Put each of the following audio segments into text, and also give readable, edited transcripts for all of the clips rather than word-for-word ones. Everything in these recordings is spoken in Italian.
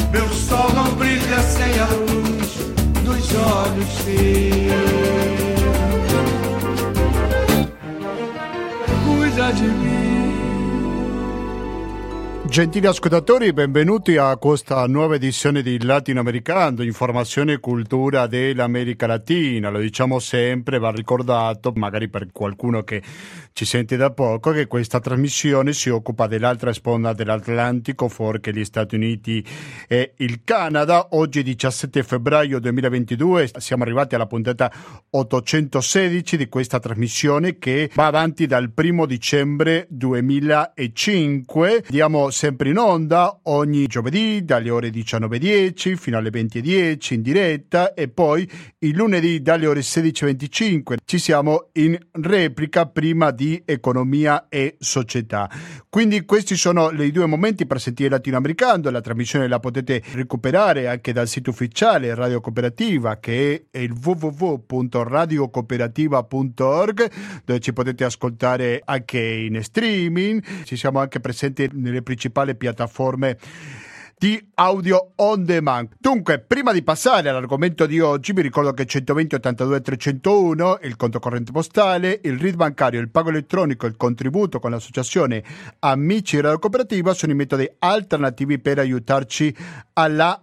Meu sol não brilha sem a luz dos olhos teus. Cuida de mim. Gentili ascoltatori, benvenuti a questa nuova edizione di Latinoamericano, informazione e cultura dell'America Latina. Lo diciamo sempre, va ricordato, magari per qualcuno che ci sente da poco, che questa trasmissione si occupa dell'altra sponda dell'Atlantico, fuorché gli Stati Uniti e il Canada. Oggi 17 febbraio 2022, siamo arrivati alla puntata 816 di questa trasmissione che va avanti dal 1 dicembre 2005. Diamo sempre in onda ogni giovedì dalle ore 19:10 fino alle 20:10 in diretta e poi il lunedì dalle ore 16:25 ci siamo in replica prima di economia e società. Quindi questi sono i due momenti per sentire Latinoamericano. La trasmissione la potete recuperare anche dal sito ufficiale Radio Cooperativa, che è il www.radiocooperativa.org, dove ci potete ascoltare anche in streaming. Ci siamo anche presenti nelle principali piattaforme di audio on demand. Dunque, prima di passare all'argomento di oggi, vi ricordo che 120 82 301, il conto corrente postale, il RID bancario, il pago elettronico, il contributo con l'associazione Amici Radio Cooperativa sono i metodi alternativi per aiutarci alla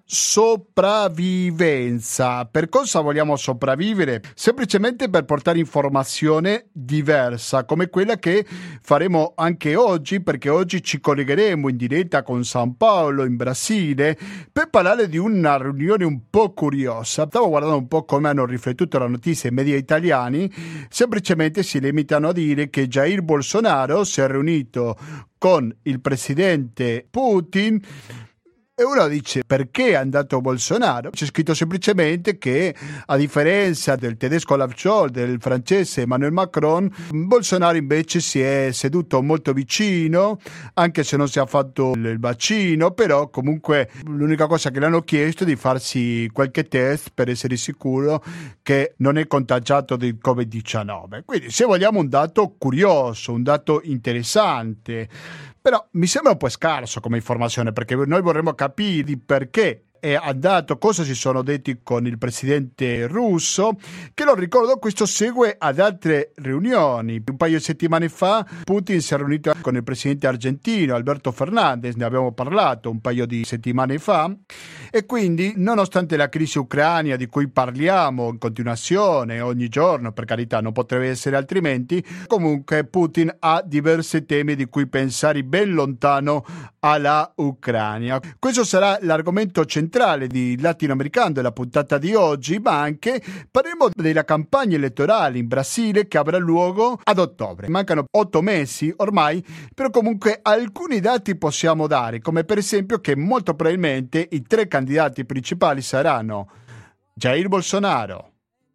sopravvivenza. Per cosa vogliamo sopravvivere? Semplicemente per portare informazione diversa, come quella che faremo anche oggi, perché oggi ci collegheremo in diretta con San Paolo, in Brasile, per parlare di una riunione un po' curiosa. Stavo guardando un po' come hanno riflettuto le notizie media italiani. Semplicemente si limitano a dire che Jair Bolsonaro si è riunito con il presidente Putin. E uno dice: perché è andato Bolsonaro? C'è scritto semplicemente che, a differenza del tedesco Olaf Scholz, del francese Emmanuel Macron, Bolsonaro invece si è seduto molto vicino, anche se non si è fatto il vaccino, però comunque l'unica cosa che le hanno chiesto è di farsi qualche test per essere sicuro che non è contagiato del Covid-19. Quindi, se vogliamo, un dato curioso, un dato interessante. Però mi sembra un po' scarso come informazione, perché noi vorremmo capire perché è andato, cosa si sono detti con il presidente russo, che lo ricordo, questo segue ad altre riunioni. Un paio di settimane fa Putin si è riunito con il presidente argentino Alberto Fernández, ne abbiamo parlato un paio di settimane fa, e quindi nonostante la crisi ucraina di cui parliamo in continuazione ogni giorno, per carità non potrebbe essere altrimenti, comunque Putin ha diversi temi di cui pensare ben lontano alla Ucraina. Questo sarà l'argomento centrale di Latinoamericano della puntata di oggi, ma anche parleremo della campagna elettorale in Brasile che avrà luogo ad ottobre. Mancano 8 mesi ormai, però comunque alcuni dati possiamo dare, come per esempio che molto probabilmente i 3 candidati principali saranno Jair Bolsonaro,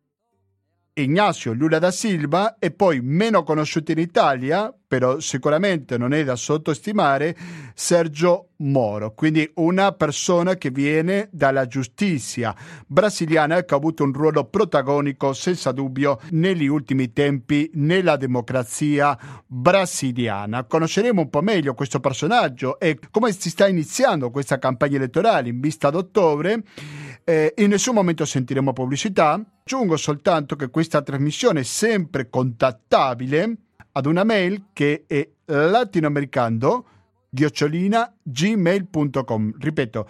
Ignacio Lula da Silva e poi, meno conosciuto in Italia, però sicuramente non è da sottostimare, Sergio Moro. Quindi una persona che viene dalla giustizia brasiliana e che ha avuto un ruolo protagonico senza dubbio negli ultimi tempi nella democrazia brasiliana. Conosceremo un po' meglio questo personaggio e come si sta iniziando questa campagna elettorale in vista d'ottobre. In nessun momento sentiremo pubblicità. Aggiungo soltanto che questa trasmissione è sempre contattabile ad una mail che è latinoamericando@gmail.com. Ripeto,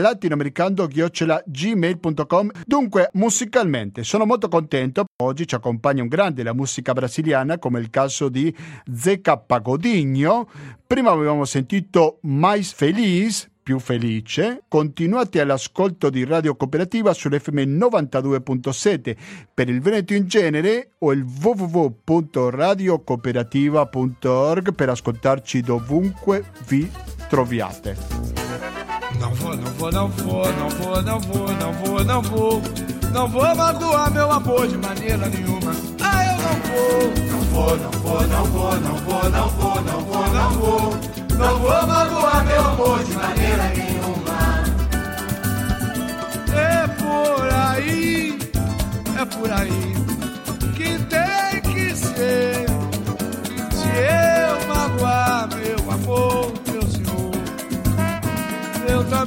latinoamericando@gmail.com. Dunque, musicalmente sono molto contento. Oggi ci accompagna un grande della musica brasiliana, come il caso di Zeca Pagodinho. Prima avevamo sentito Mais Feliz, più felice. Continuate all'ascolto di Radio Cooperativa sull'FM 92.7 per il Veneto in genere o il www.radiocooperativa.org per ascoltarci dovunque vi troviate. Não vou magoar meu amor de maneira nenhuma. Ah, eu não vou. Não vou magoar meu amor de maneira nenhuma. É por aí que tem que ser. Se eu magoar meu amor, meu senhor, eu também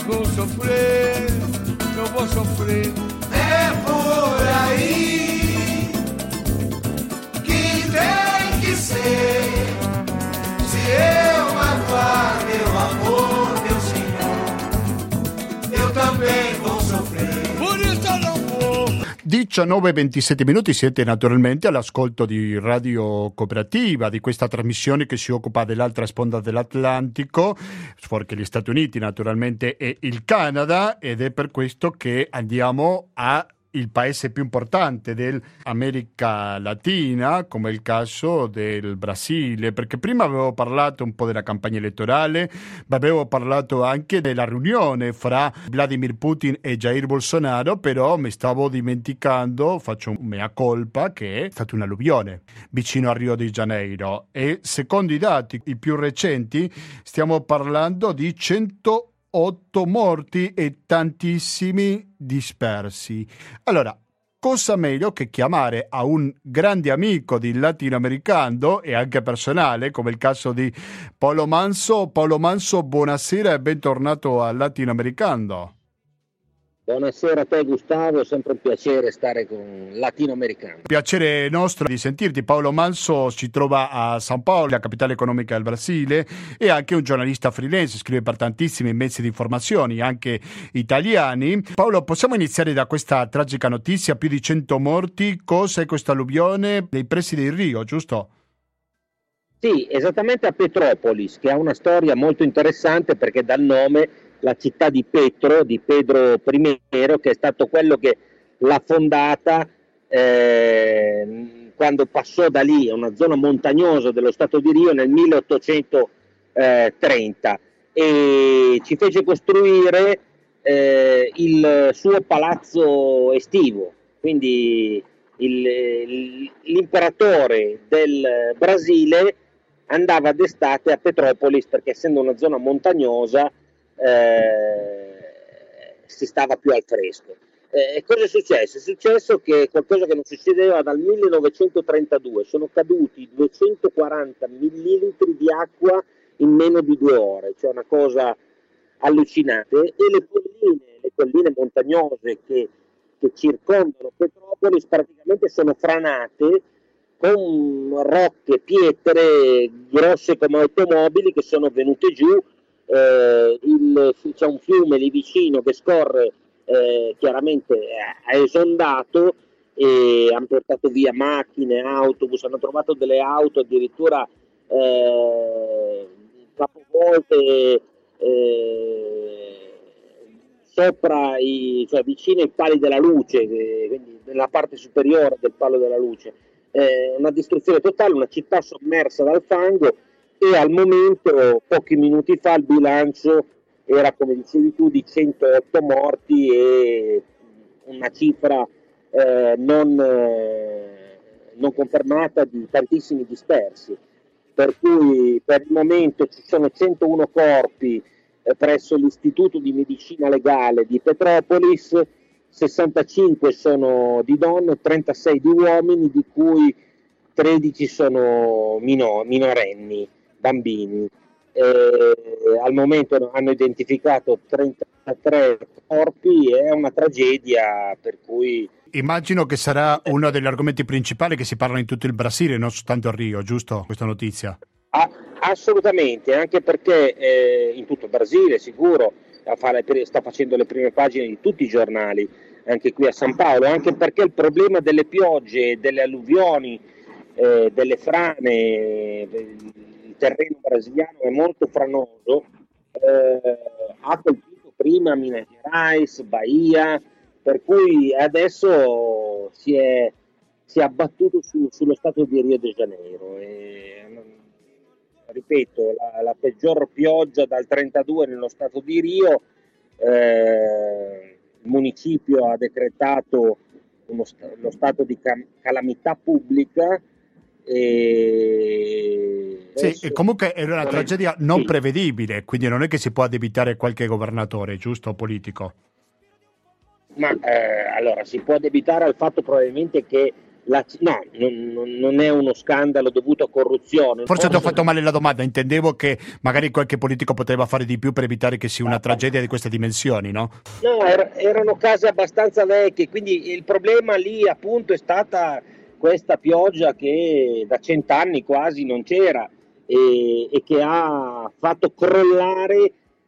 vou sofrer, eu vou sofrer. É por aí que tem que ser. Se eu magoar meu amor, meu Senhor, eu também vou sofrer. Por isso eu não vou. 19:27 minuti, siete naturalmente all'ascolto di Radio Cooperativa, di questa trasmissione che si occupa dell'altra sponda dell'Atlantico, fuorché gli Stati Uniti naturalmente e il Canada, ed è per questo che andiamo a il paese più importante dell'America Latina, come il caso del Brasile, perché prima avevo parlato un po' della campagna elettorale, ma avevo parlato anche della riunione fra Vladimir Putin e Jair Bolsonaro, però mi stavo dimenticando, faccio un mea colpa, che è stata un'alluvione vicino a Rio de Janeiro e secondo i dati i più recenti stiamo parlando di 108 morti e tantissimi dispersi. Allora, cosa meglio che chiamare a un grande amico di latinoamericano e anche personale, come il caso di Paolo Manso. Paolo Manso, buonasera e bentornato al Latinoamericano. Buonasera a te Gustavo, è sempre un piacere stare con latinoamericano. Piacere nostro di sentirti. Paolo Manso si trova a San Paolo, la capitale economica del Brasile, è anche un giornalista freelance, scrive per tantissimi mezzi di informazioni, anche italiani. Paolo, possiamo iniziare da questa tragica notizia, più di 100 morti, cosa è questa alluvione nei pressi del Rio, giusto? Sì, esattamente a Petrópolis, che ha una storia molto interessante perché dal nome la città di Pedro I, che è stato quello che l'ha fondata quando passò da lì, è una zona montagnosa dello stato di Rio, nel 1830 e ci fece costruire il suo palazzo estivo, quindi l'imperatore del Brasile andava d'estate a Petrópolis perché essendo una zona montagnosa si stava più al fresco. Cosa è successo? È successo che qualcosa che non succedeva dal 1932, sono caduti 240 millilitri di acqua in meno di 2 ore, cioè una cosa allucinante, e le colline montagnose che circondano Petrópolis praticamente sono franate con rocche, pietre grosse come automobili che sono venute giù. C'è un fiume lì vicino che scorre, chiaramente ha esondato e hanno portato via macchine, autobus, hanno trovato delle auto addirittura capovolte sopra cioè vicino ai pali della luce, quindi nella parte superiore del palo della luce. Una distruzione totale, una città sommersa dal fango. E al momento, pochi minuti fa, il bilancio era, come dicevi tu, di 108 morti e una cifra non confermata di tantissimi dispersi. Per cui per il momento ci sono 101 corpi presso l'Istituto di Medicina Legale di Petrópolis, 65 sono di donne, 36 di uomini, di cui 13 sono minorenni, bambini. Al momento hanno identificato 33 corpi, è una tragedia per cui... Immagino che sarà uno degli argomenti principali che si parla in tutto il Brasile, non soltanto a Rio, giusto? Questa notizia. Assolutamente, anche perché in tutto il Brasile sicuro sta facendo le prime pagine di tutti i giornali, anche qui a San Paolo, anche perché il problema delle piogge, delle alluvioni, delle frane, il terreno brasiliano è molto franoso, ha colpito prima Minas Gerais, Bahia, per cui adesso si è abbattuto sullo stato di Rio de Janeiro. Ripeto, la peggior pioggia dal 32 nello stato di Rio. Il municipio ha decretato lo stato di calamità pubblica. Sì, e comunque è una tragedia non prevedibile, quindi non è che si può addebitare qualche governatore, giusto, politico? Ma allora si può addebitare al fatto probabilmente che No, non è uno scandalo dovuto a corruzione. Forse ti ho fatto male la domanda, intendevo che magari qualche politico poteva fare di più per evitare che sia una tragedia di queste dimensioni, no? No, erano case abbastanza vecchie, quindi il problema lì appunto è stata questa pioggia che da 100 anni quasi non c'era e che ha fatto crollare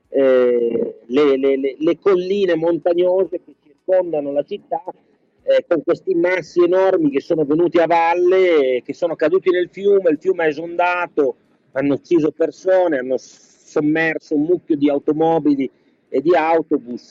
le colline montagnose che circondano la città, con questi massi enormi che sono venuti a valle, che sono caduti nel fiume, il fiume è esondato, hanno ucciso persone, hanno sommerso un mucchio di automobili e di autobus,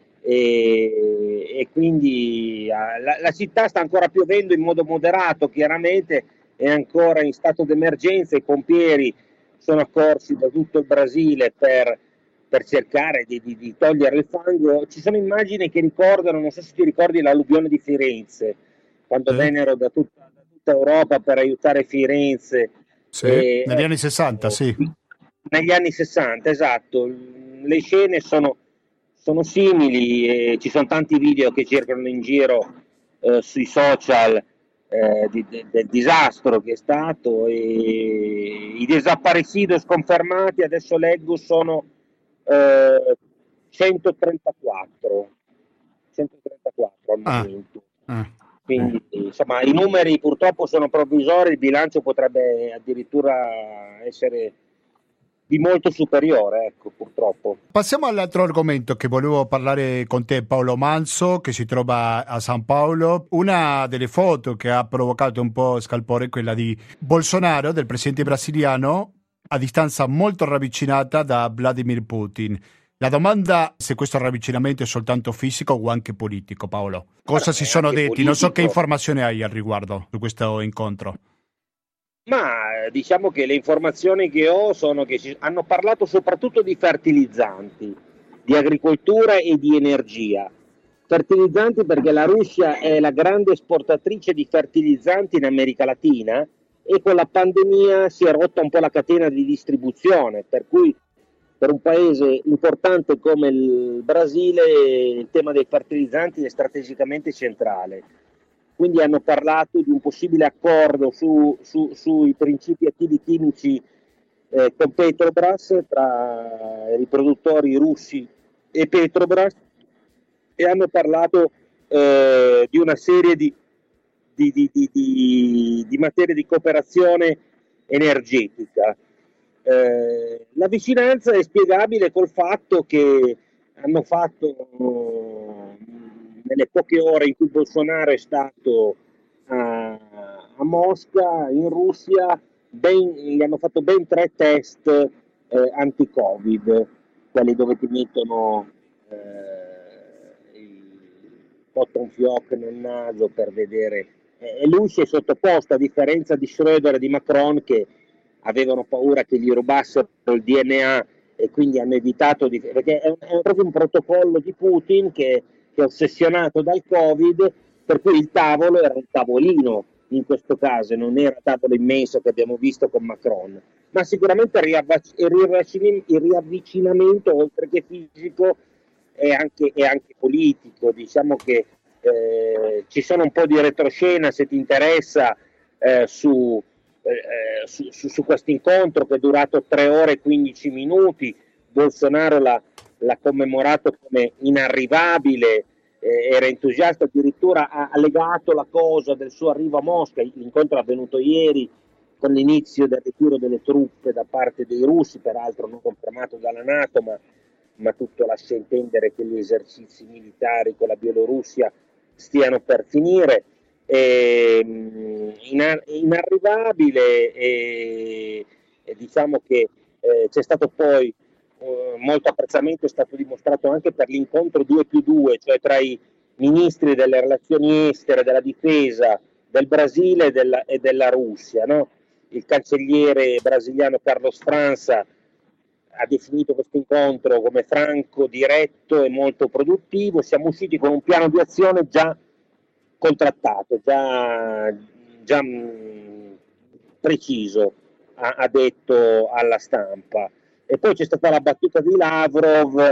e quindi la città sta ancora piovendo in modo moderato, chiaramente è ancora in stato d'emergenza, i pompieri sono accorsi da tutto il Brasile per cercare di togliere il fango. Ci sono immagini che ricordano, non so se ti ricordi, l'alluvione di Firenze, quando vennero da tutta Europa per aiutare Firenze. Sì, negli anni 60, sì. Negli anni 60, esatto. Le scene sono simili, e ci sono tanti video che circolano in giro sui social del disastro che è stato, e i desaparecidos confermati, adesso leggo, sono 134 al momento. Quindi insomma i numeri purtroppo sono provvisori, il bilancio potrebbe addirittura essere di molto superiore, ecco, purtroppo. Passiamo all'altro argomento che volevo parlare con te, Paolo Manso, che si trova a San Paolo. Una delle foto che ha provocato un po' scalpore è quella di Bolsonaro, del presidente brasiliano, a distanza molto ravvicinata da Vladimir Putin. La domanda è se questo ravvicinamento è soltanto fisico o anche politico, Paolo. Cosa si sono detti? Politico. Non so che informazioni hai al riguardo su questo incontro. Ma diciamo che le informazioni che ho sono che hanno parlato soprattutto di fertilizzanti, di agricoltura e di energia. Fertilizzanti perché la Russia è la grande esportatrice di fertilizzanti in America Latina, e con la pandemia si è rotta un po' la catena di distribuzione, per cui per un paese importante come il Brasile il tema dei fertilizzanti è strategicamente centrale. Quindi hanno parlato di un possibile accordo sui principi attivi chimici con Petrobras, tra i produttori russi e Petrobras, e hanno parlato di una serie di materie di cooperazione energetica. La vicinanza è spiegabile col fatto che hanno fatto, nelle poche ore in cui Bolsonaro è stato a Mosca, in Russia, gli hanno fatto ben 3 test anti-Covid, quelli dove ti mettono il cotton fioc nel naso per vedere, e lui si è sottoposto, a differenza di Schröder e di Macron, che avevano paura che gli rubassero il DNA e quindi hanno evitato perché è proprio un protocollo di Putin che è ossessionato dal Covid, per cui il tavolo era un tavolino in questo caso, non era il tavolo immenso che abbiamo visto con Macron, ma sicuramente il riavvicinamento, oltre che fisico, è anche politico. Diciamo che ci sono un po' di retroscena, se ti interessa, su questo incontro che è durato 3 ore e 15 minuti. Bolsonaro l'ha commemorato come inarrivabile, era entusiasta, addirittura ha legato la cosa del suo arrivo a Mosca. L'incontro è avvenuto ieri con l'inizio del ritiro delle truppe da parte dei russi, peraltro non confermato dalla NATO, ma tutto lascia intendere che gli esercizi militari con la Bielorussia stiano per finire. Inarrivabile, e diciamo che c'è stato poi molto apprezzamento, è stato dimostrato anche per l'incontro 2+2, cioè tra i ministri delle relazioni estere, della difesa del Brasile e della Russia, no? Il cancelliere brasiliano Carlos França ha definito questo incontro come franco, diretto e molto produttivo. Siamo usciti con un piano di azione già contrattato, già preciso, ha detto alla stampa. E poi c'è stata la battuta di Lavrov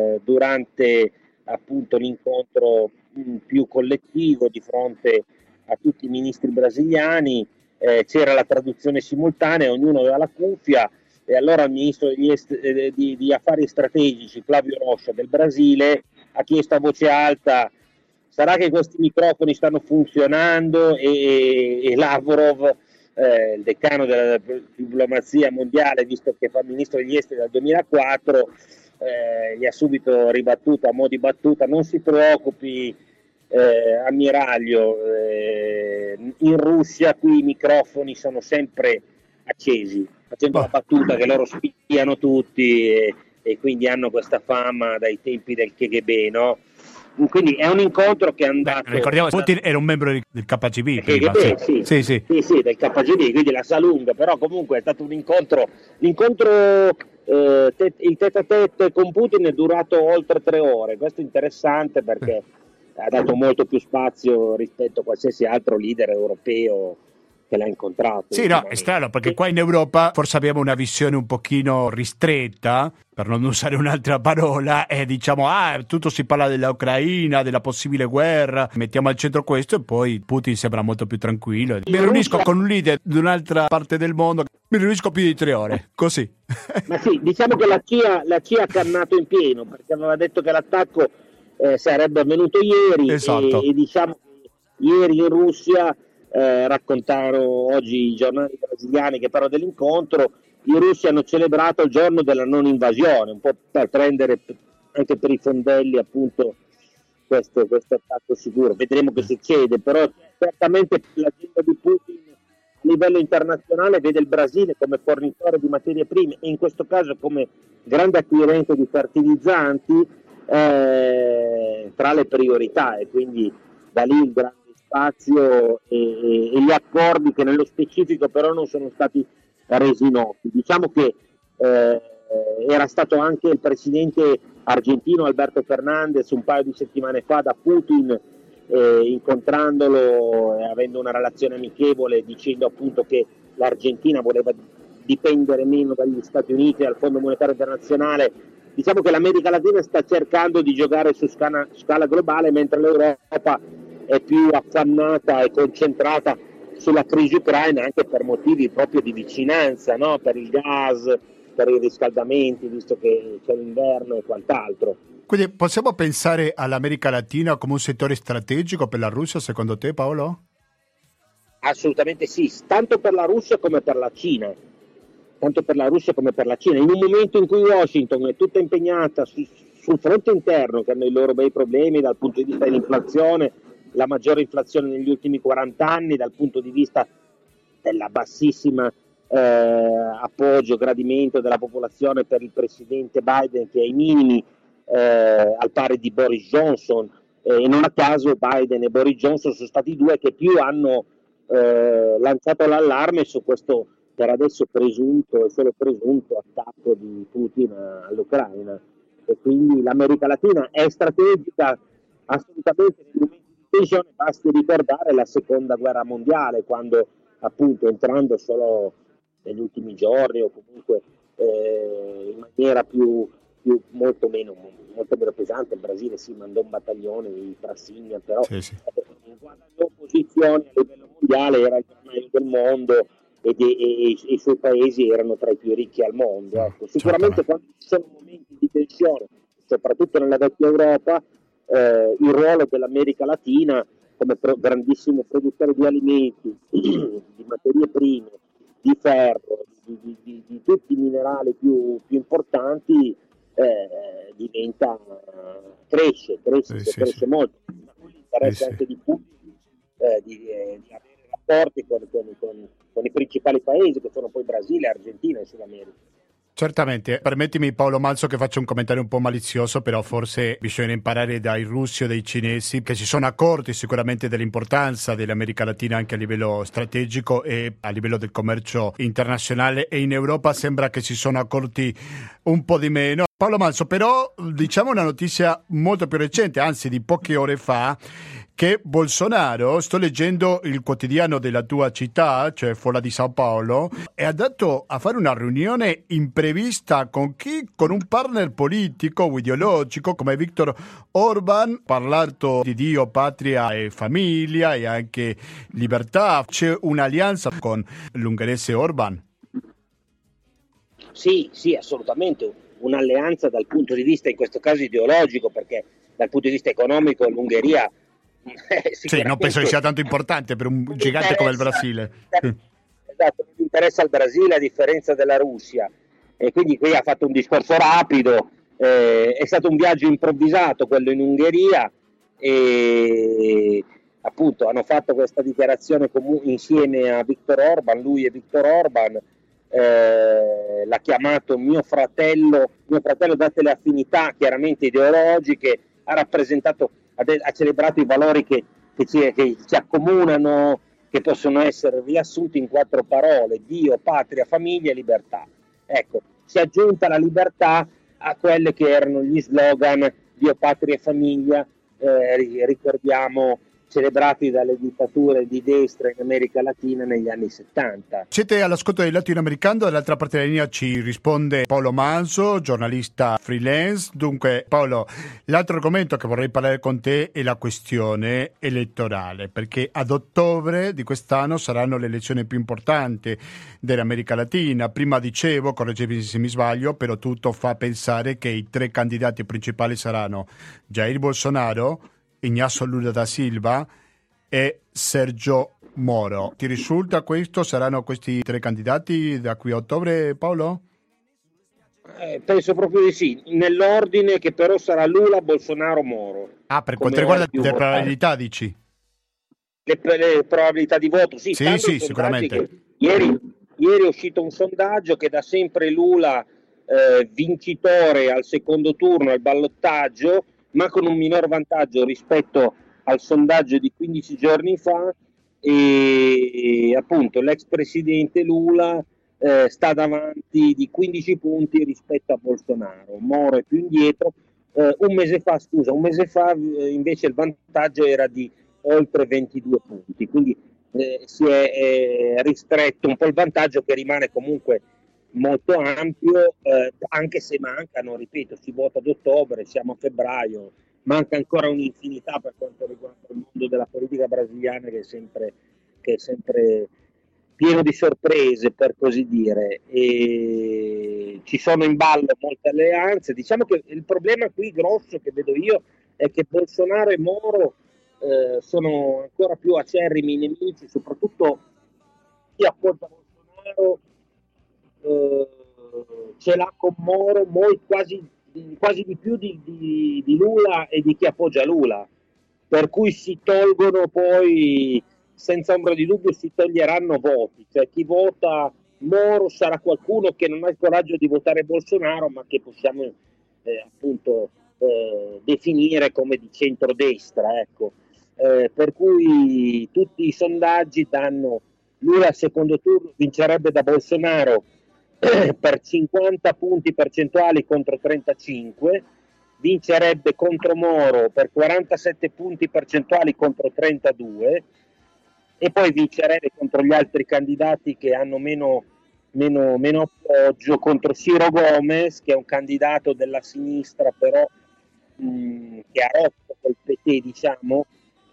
durante appunto l'incontro più collettivo di fronte a tutti i ministri brasiliani, c'era la traduzione simultanea, ognuno aveva la cuffia, e allora il ministro di affari strategici Flavio Rocha del Brasile ha chiesto a voce alta: sarà che questi microfoni stanno funzionando? E Lavrov, il decano della diplomazia mondiale, visto che fa ministro degli esteri dal 2004, gli ha subito ribattuto a mo' di battuta: non si preoccupi, ammiraglio, in Russia qui i microfoni sono sempre accesi, facendo la battuta che loro spiano tutti e quindi hanno questa fama dai tempi del KGB, no? Quindi è un incontro che è andato... ricordiamo, Putin era un membro del KGB prima, KGB, sì, del KGB, quindi la sa lunga, però comunque è stato un incontro, il tête-à-tête con Putin è durato oltre 3 ore. Questo è interessante perché ha dato molto più spazio rispetto a qualsiasi altro leader europeo che l'ha incontrato. Sì, no, è strano perché qua in Europa forse abbiamo una visione un pochino ristretta, per non usare un'altra parola, e diciamo, tutto si parla dell'Ucraina, della possibile guerra, mettiamo al centro questo e poi Putin sembra molto più tranquillo. Mi riunisco con un leader di un'altra parte del mondo, mi riunisco più di 3 ore, così. Ma sì, diciamo che la CIA ha cannato in pieno, perché aveva detto che l'attacco sarebbe avvenuto ieri, esatto. e diciamo che ieri in Russia, raccontarono oggi i giornali brasiliani che parlano dell'incontro, i russi hanno celebrato il giorno della non invasione, un po' per prendere anche per i fondelli appunto questo attacco sicuro. Vedremo che succede, però certamente l'agenda di Putin a livello internazionale vede il Brasile come fornitore di materie prime e in questo caso come grande acquirente di fertilizzanti tra le priorità, e quindi da lì il grande spazio e gli accordi che nello specifico però non sono stati resi noti. Diciamo che era stato anche il presidente argentino Alberto Fernandez un paio di settimane fa da Putin, incontrandolo e avendo una relazione amichevole, dicendo appunto che l'Argentina voleva dipendere meno dagli Stati Uniti e dal Fondo Monetario Internazionale. Diciamo che l'America Latina sta cercando di giocare su scala globale, mentre l'Europa è più affannata e concentrata sulla crisi ucraina, anche per motivi proprio di vicinanza, no? Per il gas, per i riscaldamenti, visto che c'è l'inverno e quant'altro. Quindi possiamo pensare all'America Latina come un settore strategico per la Russia, secondo te, Paolo? Assolutamente sì, tanto per la Russia come per la Cina. In un momento in cui Washington è tutta impegnata sul fronte interno, che hanno i loro bei problemi dal punto di vista dell'inflazione, la maggiore inflazione negli ultimi 40 anni, dal punto di vista della bassissima appoggio, gradimento della popolazione per il presidente Biden, che è ai minimi, al pari di Boris Johnson, e non a caso Biden e Boris Johnson sono stati 2 che più hanno lanciato l'allarme su questo per adesso presunto e solo presunto attacco di Putin all'Ucraina. E quindi l'America Latina è strategica assolutamente nei momenti di tensione. Basti ricordare la seconda guerra mondiale, quando appunto entrando solo negli ultimi giorni o comunque in maniera molto meno pesante, il Brasile si mandò un battaglione di Brassigna, però sì. In guarda le opposizioni a livello mondiale era il più meglio del mondo e i suoi paesi erano tra i più ricchi al mondo. Ecco. Sicuramente quando ci sono momenti di tensione, soprattutto nella vecchia Europa, il ruolo dell'America Latina come grandissimo produttore di alimenti, di materie prime, di ferro, di tutti i minerali più importanti, cresce molto. Da cui l'interesse anche di Putin di avere rapporti con i principali paesi, che sono poi Brasile, Argentina e Sud America. Certamente, permettimi Paolo Manzo che faccio un commentario un po' malizioso, però forse bisogna imparare dai russi o dai cinesi, che si sono accorti sicuramente dell'importanza dell'America Latina anche a livello strategico e a livello del commercio internazionale, e in Europa sembra che si sono accorti un po' di meno. Paolo Manzo, però diciamo una notizia molto più recente, anzi di poche ore fa, che Bolsonaro, sto leggendo il quotidiano della tua città, cioè Folla di San Paolo, è andato a fare una riunione imprevista con chi? Con un partner politico o ideologico come Viktor Orban, parlato di Dio, patria e famiglia e anche libertà. C'è un'alleanza con l'ungherese Orban? Sì, assolutamente, un'alleanza dal punto di vista in questo caso ideologico, perché dal punto di vista economico l'Ungheria sì, non penso che sia tanto importante per un gigante come il Brasile. Esatto, non interessa al Brasile a differenza della Russia, e quindi qui ha fatto un discorso rapido, è stato un viaggio improvvisato quello in Ungheria, e appunto hanno fatto questa dichiarazione insieme a Viktor Orban, lui e Viktor Orban. L'ha chiamato mio fratello date le affinità chiaramente ideologiche, ha celebrato i valori che ci accomunano, che possono essere riassunti in 4 parole: Dio, patria, famiglia e libertà. Ecco, si è aggiunta la libertà a quelle che erano gli slogan Dio, patria e famiglia, ricordiamo, celebrati dalle dittature di destra in America Latina negli anni 70. Siete all'ascolto del latinoamericano, dall'altra parte della linea ci risponde Paolo Manzo, giornalista freelance. Dunque Paolo, l'altro argomento che vorrei parlare con te è la questione elettorale, perché ad ottobre di quest'anno saranno le elezioni più importanti dell'America Latina. Prima dicevo, correggetemi se mi sbaglio, però tutto fa pensare che i 3 candidati principali saranno Jair Bolsonaro, Ignacio Lula da Silva e Sergio Moro. Ti risulta questo? Saranno questi 3 candidati da qui a ottobre, Paolo? Penso proprio di sì, nell'ordine che però sarà Lula, Bolsonaro, Moro. Per quanto riguarda le probabilità, dici? Le probabilità di voto, sì, sicuramente. Ieri è uscito un sondaggio che dà sempre Lula vincitore al secondo turno, al ballottaggio, ma con un minor vantaggio rispetto al sondaggio di 15 giorni fa, e appunto l'ex presidente Lula sta davanti di 15 punti rispetto a Bolsonaro. Moro è più indietro. Un mese fa invece il vantaggio era di oltre 22 punti, quindi si è ristretto un po' il vantaggio, che rimane comunque molto ampio, anche se mancano, ripeto, si vota ad ottobre, siamo a febbraio, manca ancora un'infinità per quanto riguarda il mondo della politica brasiliana, che è sempre pieno di sorprese, per così dire, e ci sono in ballo molte alleanze. Diciamo che il problema qui grosso che vedo io è che Bolsonaro e Moro sono ancora più acerrimi nemici, soprattutto chi appoggia Bolsonaro ce l'ha con Moro quasi di più di Lula e di chi appoggia Lula, per cui si tolgono poi, senza ombra di dubbio, si toglieranno voti, cioè chi vota Moro sarà qualcuno che non ha il coraggio di votare Bolsonaro, ma che possiamo appunto definire come di centrodestra, ecco. Per cui tutti i sondaggi danno Lula al secondo turno, vincerebbe da Bolsonaro per 50 punti percentuali contro 35, vincerebbe contro Moro per 47 punti percentuali contro 32, e poi vincerebbe contro gli altri candidati che hanno meno appoggio, contro Ciro Gomez, che è un candidato della sinistra però che ha rotto col PT, diciamo,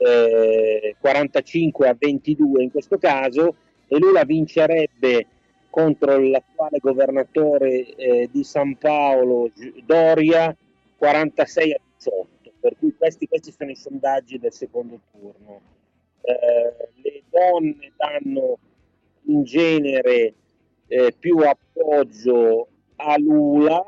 45 a 22 in questo caso, e Lula vincerebbe contro l'attuale governatore di San Paolo, Doria, 46 a 18, per cui questi sono i sondaggi del secondo turno. Le donne danno in genere più appoggio a Lula,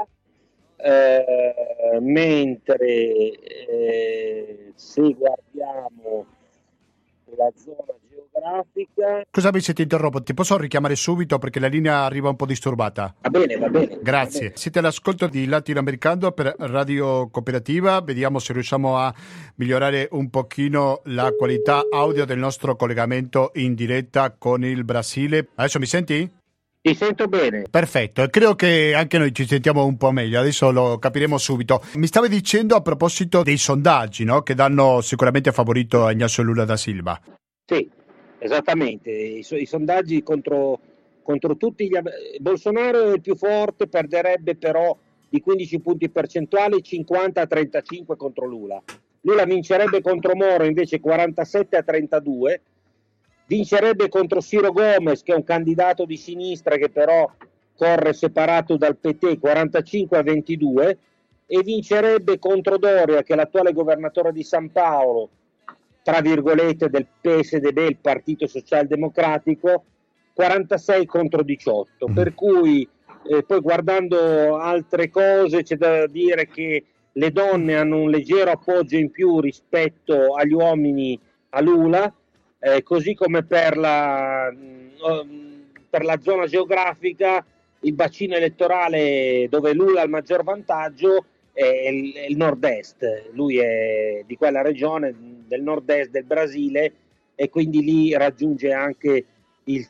mentre se guardiamo la zona geografica... Scusami se ti interrompo, ti posso richiamare subito perché la linea arriva un po' disturbata. Va bene. Grazie. Va bene. Siete all'ascolto di Latinoamericano per Radio Cooperativa. Vediamo se riusciamo a migliorare un pochino la qualità audio del nostro collegamento in diretta con il Brasile. Adesso mi senti? Ti sento bene. Perfetto, e credo che anche noi ci sentiamo un po' meglio, adesso lo capiremo subito. Mi stavi dicendo a proposito dei sondaggi, no? Che danno sicuramente favorito a Ignacio Lula da Silva. Sì, esattamente. I sondaggi contro tutti Bolsonaro è il più forte, perderebbe però di 15 punti percentuali, 50-35 contro Lula. Lula vincerebbe contro Moro invece 47-32, vincerebbe contro Ciro Gomez, che è un candidato di sinistra che però corre separato dal PT, 45-22, e vincerebbe contro Doria, che è l'attuale governatore di San Paolo, tra virgolette del PSDB, il Partito Socialdemocratico, 46 contro 18. Per cui poi guardando altre cose c'è da dire che le donne hanno un leggero appoggio in più rispetto agli uomini a Lula, così come per la zona geografica, il bacino elettorale dove Lula ha il maggior vantaggio è il nord-est. Lui è di quella regione del nord-est del Brasile e quindi lì raggiunge anche il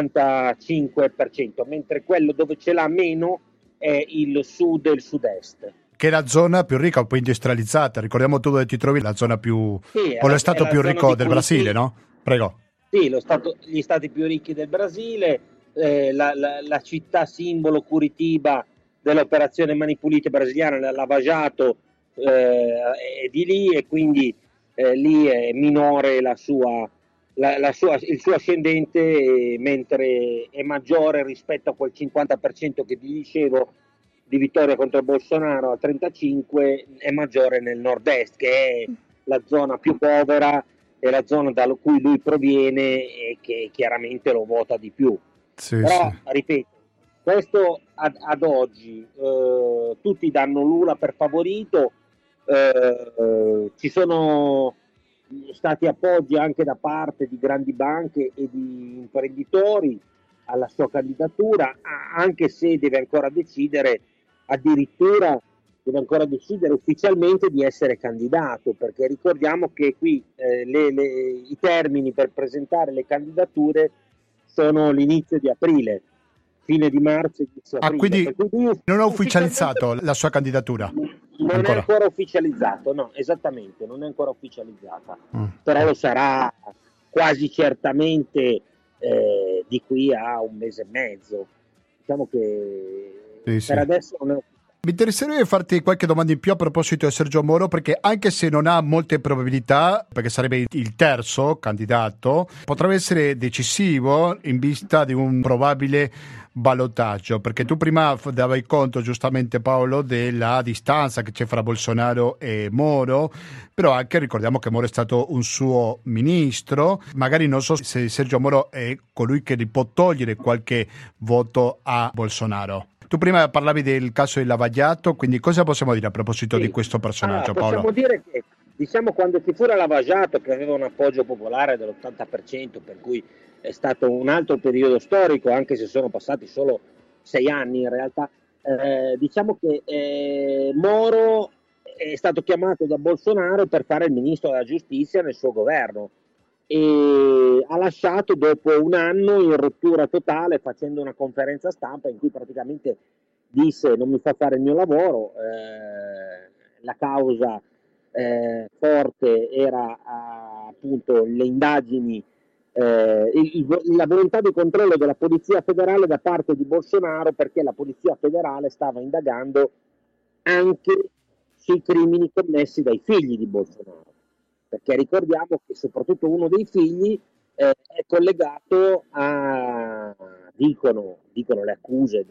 55%, mentre quello dove ce l'ha meno è il sud e il sud-est. Che è la zona più ricca, un po' industrializzata. Ricordiamo tu dove ti trovi, la zona più o lo stato più ricco del Brasile, no? Prego. Sì, gli stati più ricchi del Brasile, la città simbolo Curitiba dell'operazione Mani Pulite brasiliana, la Lava Jato, è di lì, e quindi lì è minore il suo ascendente, mentre è maggiore rispetto a quel 50% che vi dicevo di vittoria contro Bolsonaro, al 35% è maggiore nel nord-est, che è la zona più povera, è la zona da cui lui proviene e che chiaramente lo vota di più. Sì, però, sì. ripeto, questo ad oggi tutti danno Lula per favorito, ci sono stati appoggi anche da parte di grandi banche e di imprenditori alla sua candidatura, anche se deve ancora decidere ufficialmente di essere candidato, perché ricordiamo che qui i termini per presentare le candidature sono l'inizio di aprile, fine di marzo e inizio aprile. Quindi non ha ufficializzato la sua candidatura? Non è ancora ufficializzato, no, esattamente, non è ancora ufficializzata, però lo sarà quasi certamente di qui a un mese e mezzo. Diciamo che per adesso non è ufficializzato. Mi interesserebbe farti qualche domanda in più a proposito di Sergio Moro, perché anche se non ha molte probabilità, perché sarebbe il terzo candidato, potrebbe essere decisivo in vista di un probabile ballottaggio, perché tu prima davi conto giustamente, Paolo, della distanza che c'è fra Bolsonaro e Moro, però anche ricordiamo che Moro è stato un suo ministro, magari non so se Sergio Moro è colui che gli può togliere qualche voto a Bolsonaro. Tu prima parlavi del caso di Lava Jato, quindi cosa possiamo dire a proposito di questo personaggio, Paolo? Possiamo dire che, quando ci fu la Lava Jato, che aveva un appoggio popolare dell'80%, per cui è stato un altro periodo storico, anche se sono passati solo 6 anni in realtà, diciamo che Moro è stato chiamato da Bolsonaro per fare il ministro della giustizia nel suo governo, e ha lasciato dopo un anno in rottura totale, facendo una conferenza stampa in cui praticamente disse: non mi fa fare il mio lavoro. La causa forte era appunto le indagini, la volontà di controllo della Polizia Federale da parte di Bolsonaro, perché la Polizia Federale stava indagando anche sui crimini commessi dai figli di Bolsonaro, perché ricordiamo che soprattutto uno dei figli è collegato dicono le accuse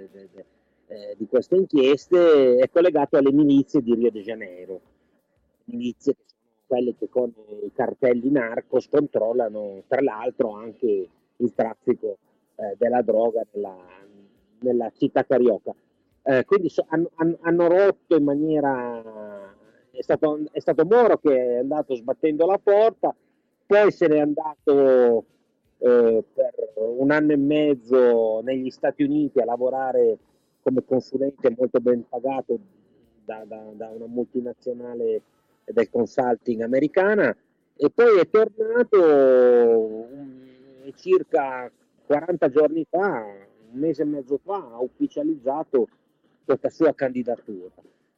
di queste inchieste, è collegato alle milizie di Rio de Janeiro, milizie che sono quelle che con i cartelli narcos controllano tra l'altro anche il traffico della droga nella città carioca. Quindi hanno rotto in maniera... È stato Moro che è andato sbattendo la porta, poi se n'è andato per un anno e mezzo negli Stati Uniti a lavorare come consulente molto ben pagato da una multinazionale del consulting americana, e poi è tornato circa 40 giorni fa, un mese e mezzo fa ha ufficializzato questa sua candidatura.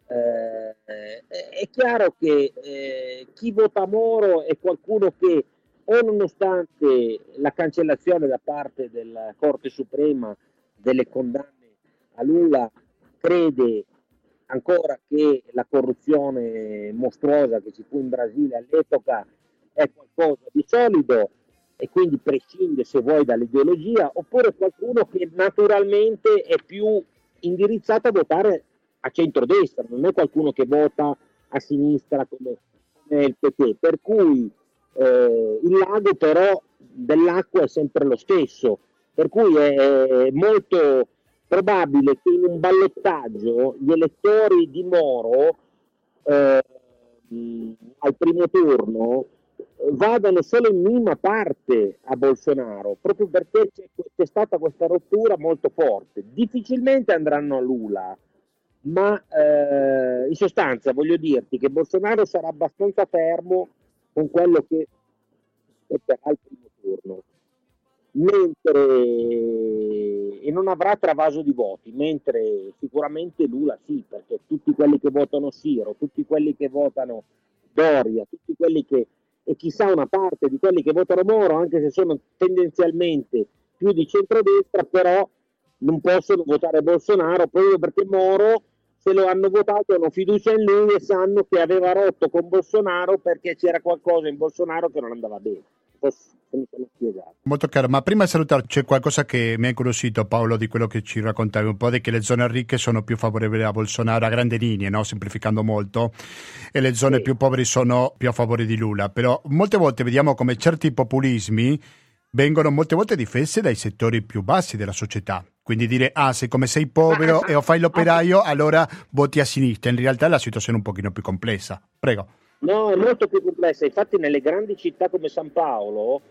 È chiaro che chi vota Moro è qualcuno che, o nonostante la cancellazione da parte della Corte Suprema delle condanne a Lula, crede ancora che la corruzione mostruosa che ci fu in Brasile all'epoca è qualcosa di solido e quindi prescinde, se vuoi, dall'ideologia, oppure qualcuno che naturalmente è più indirizzato a votare a centrodestra, non è qualcuno che vota a sinistra come il PT, per cui il lago però dell'acqua è sempre lo stesso, per cui è molto probabile che in un ballottaggio gli elettori di Moro al primo turno vadano solo in minima parte a Bolsonaro, proprio perché c'è stata questa rottura molto forte. Difficilmente andranno a Lula, ma in sostanza voglio dirti che Bolsonaro sarà abbastanza fermo con quello che aspetterà al primo turno, e non avrà travaso di voti, mentre sicuramente Lula sì, perché tutti quelli che votano Siro, tutti quelli che votano Doria, tutti quelli che, e chissà una parte di quelli che votano Moro, anche se sono tendenzialmente più di centrodestra, però non possono votare Bolsonaro proprio perché Moro, se lo hanno votato, hanno fiducia in lui e sanno che aveva rotto con Bolsonaro perché c'era qualcosa in Bolsonaro che non andava bene. Mi sono spiegato. Molto chiaro, ma prima di salutare c'è qualcosa che mi ha incuriosito, Paolo, di quello che ci raccontavi un po', di che le zone ricche sono più favorevoli a Bolsonaro a grandi linee, no? Semplificando molto, e le zone più povere sono più a favore di Lula, però molte volte vediamo come certi populismi vengono molte volte difesi dai settori più bassi della società, quindi dire siccome sei povero e fai l'operaio allora voti a sinistra, in realtà la situazione è un pochino più complessa. Prego. No, è molto più complessa, infatti nelle grandi città come San Paolo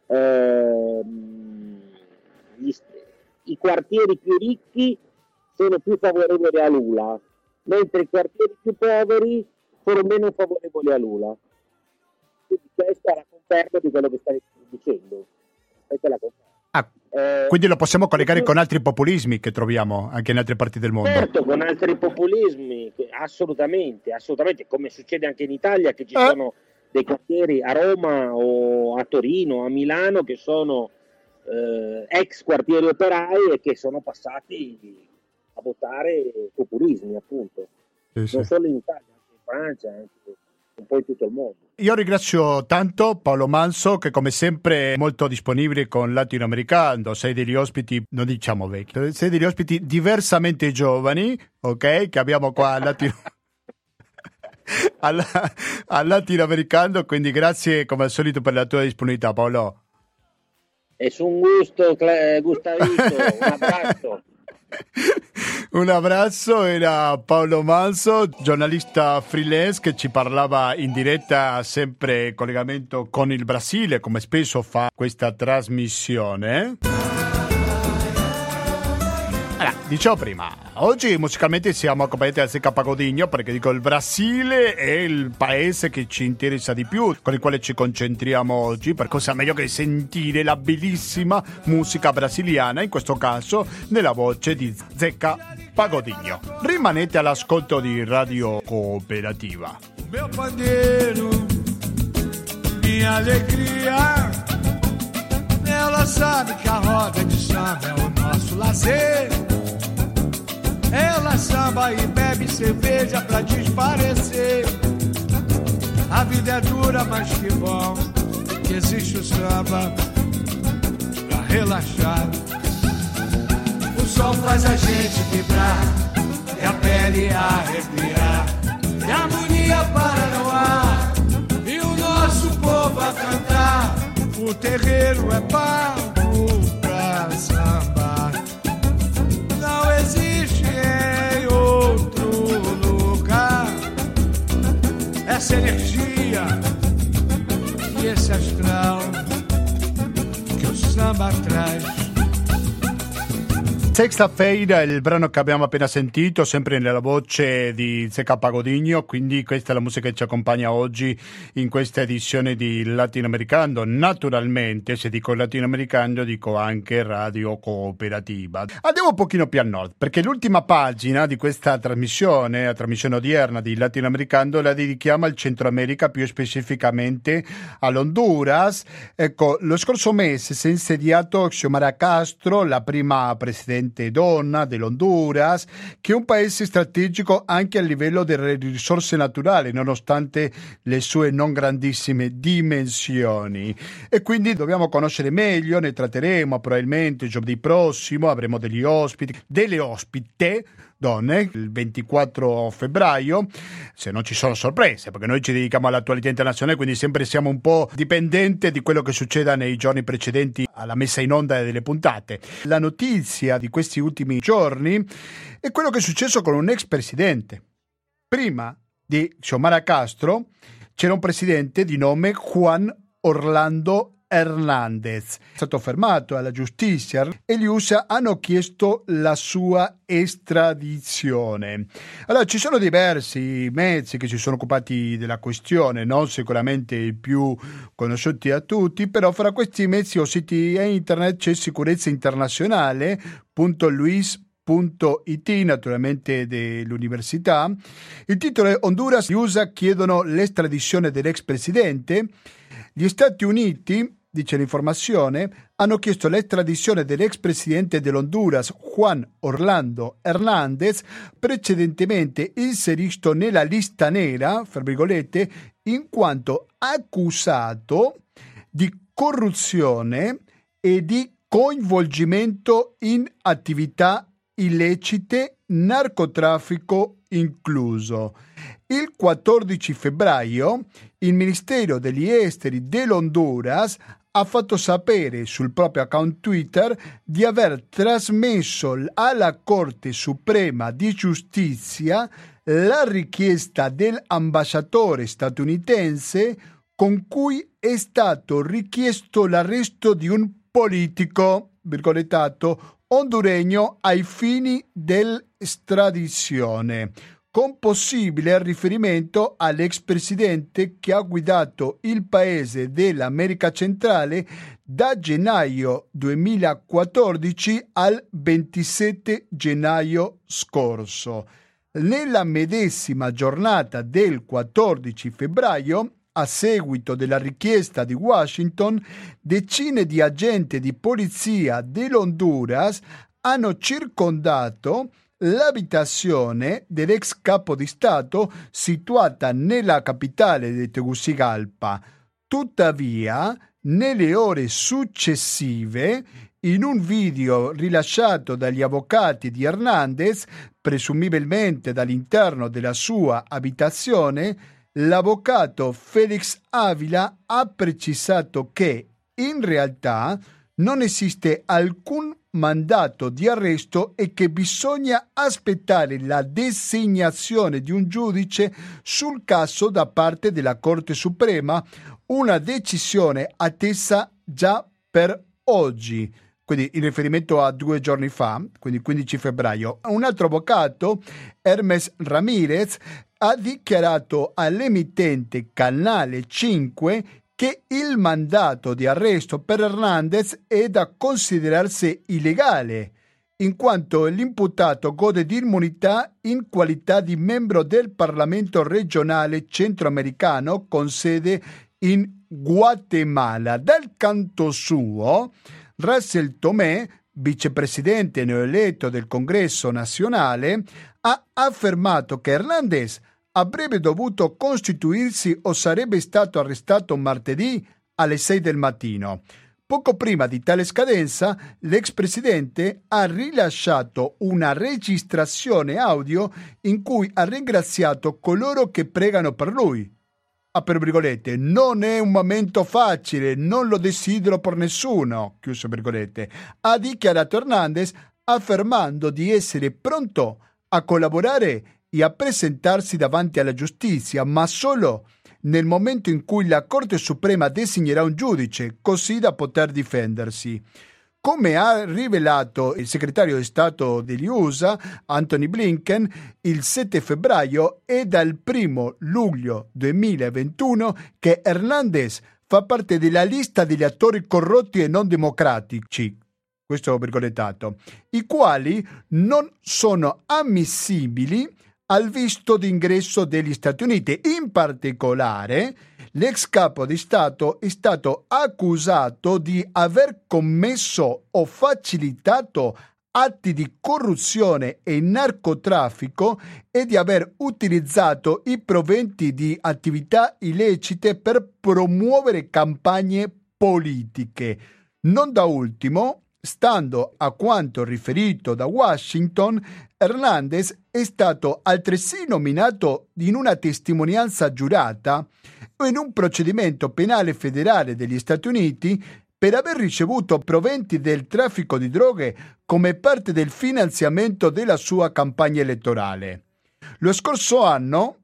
i quartieri più ricchi sono più favorevoli a Lula, mentre i quartieri più poveri sono meno favorevoli a Lula. Quindi questa è la conferma di quello che stai dicendo. Questa è la conferma. Quindi lo possiamo collegare con altri populismi che troviamo anche in altre parti del mondo. Certo, con altri populismi, assolutamente, come succede anche in Italia, che ci sono dei quartieri a Roma o a Torino, a Milano, che sono ex quartieri operai e che sono passati a votare populismi, appunto. Sì. Non solo in Italia, anche in Francia, anche un po' in tutto il mondo. Io ringrazio tanto Paolo Manso, che come sempre è molto disponibile con Latinoamericano. Sei degli ospiti, non diciamo vecchi, sei degli ospiti diversamente giovani, ok? Che abbiamo qua al Latinoamericano, quindi grazie come al solito per la tua disponibilità, Paolo. È un gusto, Gustavito, un abbraccio. Un abbraccio, era Paolo Manso, giornalista freelance che ci parlava in diretta, sempre in collegamento con il Brasile, come spesso fa questa trasmissione. Allora, dicevo prima, oggi musicalmente siamo accompagnati da Zeca Pagodinho, perché dico il Brasile è il paese che ci interessa di più, con il quale ci concentriamo oggi, per cosa meglio che sentire la bellissima musica brasiliana, in questo caso nella voce di Zeca Pagodinho. Rimanete all'ascolto di Radio Cooperativa. Meu pandeiro, minha alegria, ela sabe que a roda de samba é o nosso lazer. Ela samba e bebe cerveja pra desparecer. A vida é dura, mas que bom que existe o samba pra relaxar. O sol faz a gente vibrar e a pele arrepiar. E a harmonia para no ar e o nosso povo a cantar. O terreiro é pago pra sambar. Não existe em outro lugar essa energia e esse astral que o samba traz. Sexta Feira è il brano che abbiamo appena sentito, sempre nella voce di Zeca Pagodinho, quindi questa è la musica che ci accompagna oggi in questa edizione di Latinoamericano. Naturalmente, se dico Latinoamericano, dico anche Radio Cooperativa. Andiamo un pochino più a nord, perché l'ultima pagina di questa trasmissione, la trasmissione odierna di Latinoamericano, la dedichiamo al Centro America, più specificamente all'Honduras. Ecco, lo scorso mese si è insediato Xiomara Castro, la prima presidente donna dell'Honduras, che è un paese strategico anche a livello delle risorse naturali, nonostante le sue non grandissime dimensioni. E quindi dobbiamo conoscere meglio, ne tratteremo probabilmente il giovedì prossimo, avremo degli ospiti, delle ospite donne, il 24 febbraio, se non ci sono sorprese, perché noi ci dedichiamo all'attualità internazionale, quindi sempre siamo un po' dipendenti di quello che succeda nei giorni precedenti alla messa in onda delle puntate. La notizia di questi ultimi giorni è quello che è successo con un ex presidente. Prima di Xiomara Castro c'era un presidente di nome Juan Orlando Hernández. È stato fermato alla giustizia e gli USA hanno chiesto la sua estradizione. Allora, ci sono diversi mezzi che si sono occupati della questione, non sicuramente i più conosciuti a tutti, però fra questi mezzi o siti internet c'è Sicurezza Internazionale.luis.it, naturalmente dell'università. Il titolo è: Honduras, gli USA chiedono l'estradizione dell'ex presidente. Gli Stati Uniti, dice l'informazione, hanno chiesto l'estradizione dell'ex presidente dell'Honduras, Juan Orlando Hernández, precedentemente inserito nella lista nera, fra virgolette, in quanto accusato di corruzione e di coinvolgimento in attività illecite, narcotraffico incluso. Il 14 febbraio il Ministero degli Esteri dell'Honduras ha fatto sapere sul proprio account Twitter di aver trasmesso alla Corte Suprema di Giustizia la richiesta dell'ambasciatore statunitense con cui è stato richiesto l'arresto di un politico, virgolettato, honduregno ai fini dell'estradizione, con possibile riferimento all'ex presidente che ha guidato il paese dell'America centrale da gennaio 2014 al 27 gennaio scorso. Nella medesima giornata del 14 febbraio, a seguito della richiesta di Washington, decine di agenti di polizia dell'Honduras hanno circondato l'abitazione dell'ex capo di Stato situata nella capitale di Tegucigalpa. Tuttavia, nelle ore successive, in un video rilasciato dagli avvocati di Hernández, presumibilmente dall'interno della sua abitazione, l'avvocato Félix Ávila ha precisato che, in realtà, non esiste alcun mandato di arresto e che bisogna aspettare la designazione di un giudice sul caso da parte della Corte Suprema, una decisione attesa già per oggi, quindi in riferimento a 2 giorni fa, quindi 15 febbraio. Un altro avvocato, Hermes Ramírez, ha dichiarato all'emittente Canale 5 che il mandato di arresto per Hernández è da considerarsi illegale, in quanto l'imputato gode di immunità in qualità di membro del Parlamento regionale centroamericano con sede in Guatemala. Dal canto suo, Russell Tomé, vicepresidente neoeletto del Congresso nazionale, ha affermato che Hernández avrebbe dovuto costituirsi o sarebbe stato arrestato martedì alle 6 del mattino. Poco prima di tale scadenza, l'ex presidente ha rilasciato una registrazione audio in cui ha ringraziato coloro che pregano per lui. Apro virgolette, non è un momento facile, non lo desidero per nessuno, chiuso virgolette, ha dichiarato Hernández, affermando di essere pronto a collaborare e a presentarsi davanti alla giustizia, ma solo nel momento in cui la Corte Suprema designerà un giudice, così da poter difendersi. come ha rivelato il segretario di Stato degli USA, Anthony Blinken, il 7 febbraio è dal 1 luglio 2021 che Hernández fa parte della lista degli attori corrotti e non democratici, questo virgolettato, i quali non sono ammissibili al visto d'ingresso degli Stati Uniti. In particolare, l'ex capo di Stato è stato accusato di aver commesso o facilitato atti di corruzione e narcotraffico e di aver utilizzato i proventi di attività illecite per promuovere campagne politiche. Non da ultimo, stando a quanto riferito da Washington, Hernández è stato altresì nominato in una testimonianza giurata in un procedimento penale federale degli Stati Uniti per aver ricevuto proventi del traffico di droghe come parte del finanziamento della sua campagna elettorale. Lo scorso anno,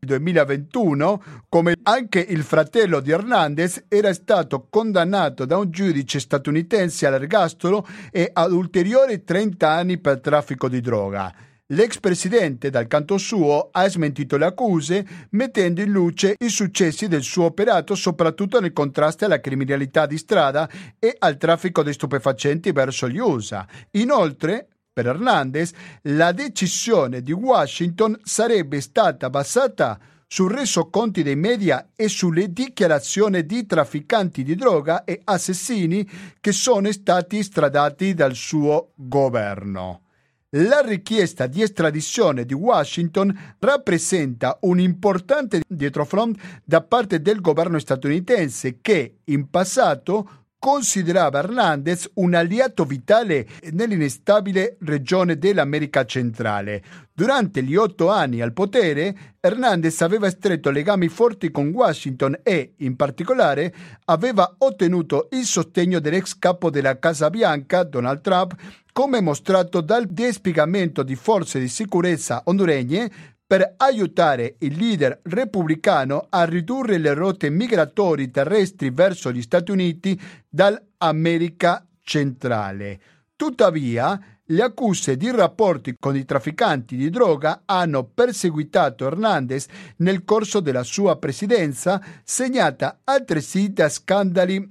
2021, come anche il fratello di Hernández, era stato condannato da un giudice statunitense all'ergastolo e ad ulteriori 30 anni per traffico di droga. L'ex presidente, dal canto suo, ha smentito le accuse, mettendo in luce i successi del suo operato soprattutto nel contrasto alla criminalità di strada e al traffico di stupefacenti verso gli USA. Inoltre, per Hernández, la decisione di Washington sarebbe stata basata su resoconti dei media e sulle dichiarazioni di trafficanti di droga e assassini che sono stati stradati dal suo governo. La richiesta di estradizione di Washington rappresenta un importante dietrofront da parte del governo statunitense che, in passato, considerava Hernández un alleato vitale nell'instabile regione dell'America centrale. Durante gli 8 anni al potere, Hernández aveva stretto legami forti con Washington e, in particolare, aveva ottenuto il sostegno dell'ex capo della Casa Bianca, Donald Trump, come mostrato dal dispiegamento di forze di sicurezza honduregne per aiutare il leader repubblicano a ridurre le rotte migratori terrestri verso gli Stati Uniti dall'America centrale. Tuttavia, le accuse di rapporti con i trafficanti di droga hanno perseguitato Hernández nel corso della sua presidenza, segnata altresì da scandali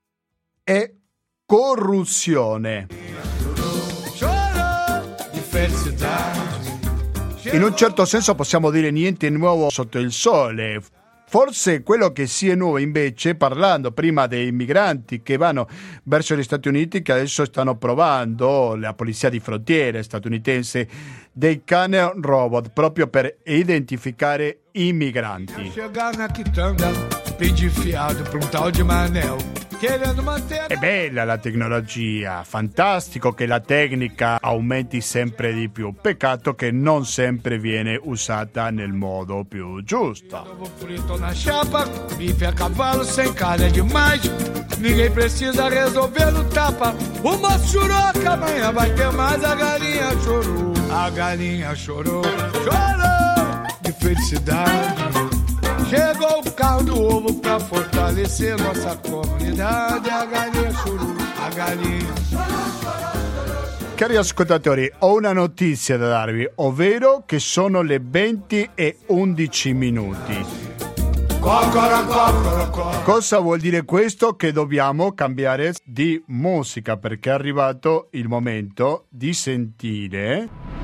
e corruzione. In un certo senso possiamo dire niente nuovo sotto il sole. Forse quello che sia nuovo invece, parlando prima dei migranti che vanno verso gli Stati Uniti, che adesso stanno provando la polizia di frontiera statunitense dei cani robot proprio per identificare i migranti. È bella la tecnologia, fantastico che la tecnica aumenti sempre di più, peccato che non sempre viene usata nel modo più giusto. Na chapa, bife a cavalo sem calha demais. Ninguém precisa resolver no tapa. Uma churoca, amanhã vai ter mais. A galinha chorou, a galinha chorou, chorou de felicidade. Chegou o carro do ovo pra fortalecer nossa comunidade. A galinha chorou, a galinha chorou. Cari ascoltatori, ho una notizia da darvi, ovvero che sono le 20:11. Cosa vuol dire questo? Che dobbiamo cambiare di musica perché è arrivato il momento di sentire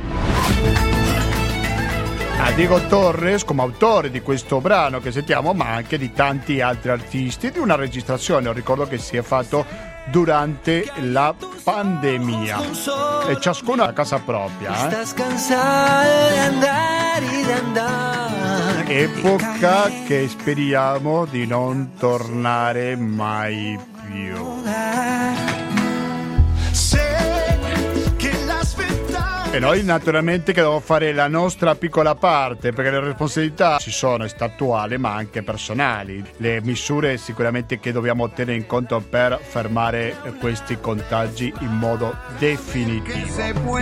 a Diego Torres come autore di questo brano che sentiamo, ma anche di tanti altri artisti, di una registrazione, ricordo che si è fatto durante la pandemia e ciascuno a casa propria. Epoca che speriamo di non tornare mai più. E noi naturalmente che dobbiamo fare la nostra piccola parte, perché le responsabilità ci sono, statuali ma anche personali. Le misure sicuramente che dobbiamo tenere in conto per fermare questi contagi in modo definitivo.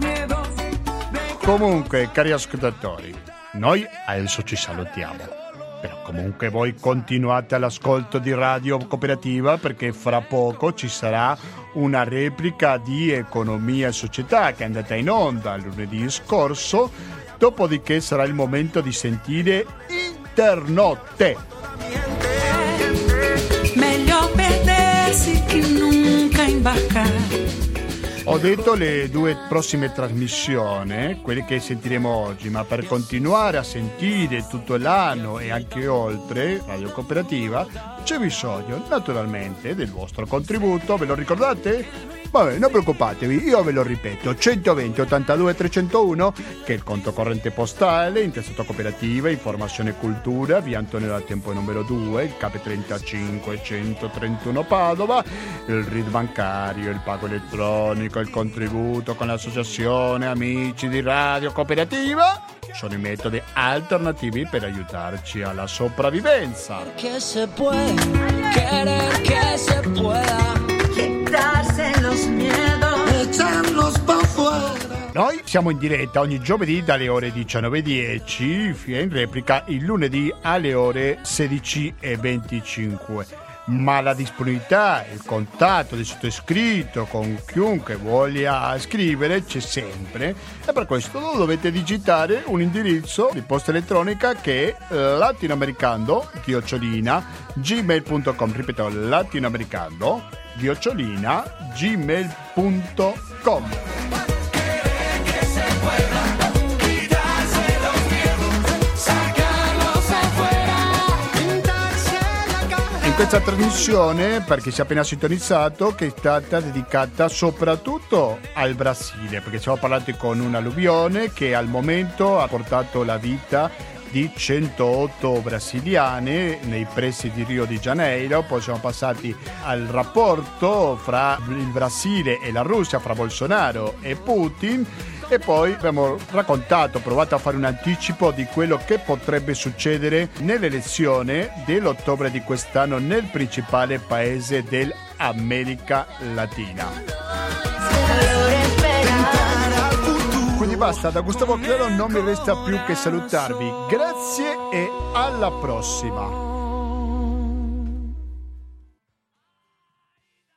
Comunque, cari ascoltatori, noi adesso ci salutiamo. Però comunque voi continuate all'ascolto di Radio Cooperativa, perché fra poco ci sarà una replica di Economia e Società che è andata in onda lunedì scorso, dopodiché sarà il momento di sentire Internotte. Meglio perdersi che nunca imbarcare. Ho detto le due prossime trasmissioni, quelle che sentiremo oggi, ma per continuare a sentire tutto l'anno e anche oltre Radio Cooperativa c'è bisogno naturalmente del vostro contributo, ve lo ricordate? Vabbè, non preoccupatevi, io ve lo ripeto, 120 82 301, che è il conto corrente postale, intestato Cooperativa, Informazione e Cultura, via Antonio da Tempo numero 2, il CAP 35 131 Padova, il RID bancario, il pago elettronico, il contributo con l'associazione Amici di Radio Cooperativa. Sono i metodi alternativi per aiutarci alla sopravvivenza. Que se puede, querer que se pueda, quitarse los miedos, echarlos pa' fuera. Noi siamo in diretta ogni giovedì dalle ore 19:10 e in replica il lunedì alle ore 16:25. Ma la disponibilità, il contatto del sottoscritto con chiunque voglia scrivere c'è sempre, e per questo dovete digitare un indirizzo di posta elettronica che è latinoamericando@gmail.com. Ripeto, latinoamericando@gmail.com. Questa trasmissione, per chi si è appena sintonizzato, che è stata dedicata soprattutto al Brasile, perché siamo parlati con un'alluvione che al momento ha portato la vita di 108 brasiliane nei pressi di Rio de Janeiro. Poi siamo passati al rapporto fra il Brasile e la Russia, fra Bolsonaro e Putin, e poi abbiamo raccontato, provato a fare un anticipo di quello che potrebbe succedere nell'elezione dell'ottobre di quest'anno nel principale paese dell'America Latina. Quindi basta, da Gustavo Claro non mi resta più che salutarvi. Grazie e alla prossima.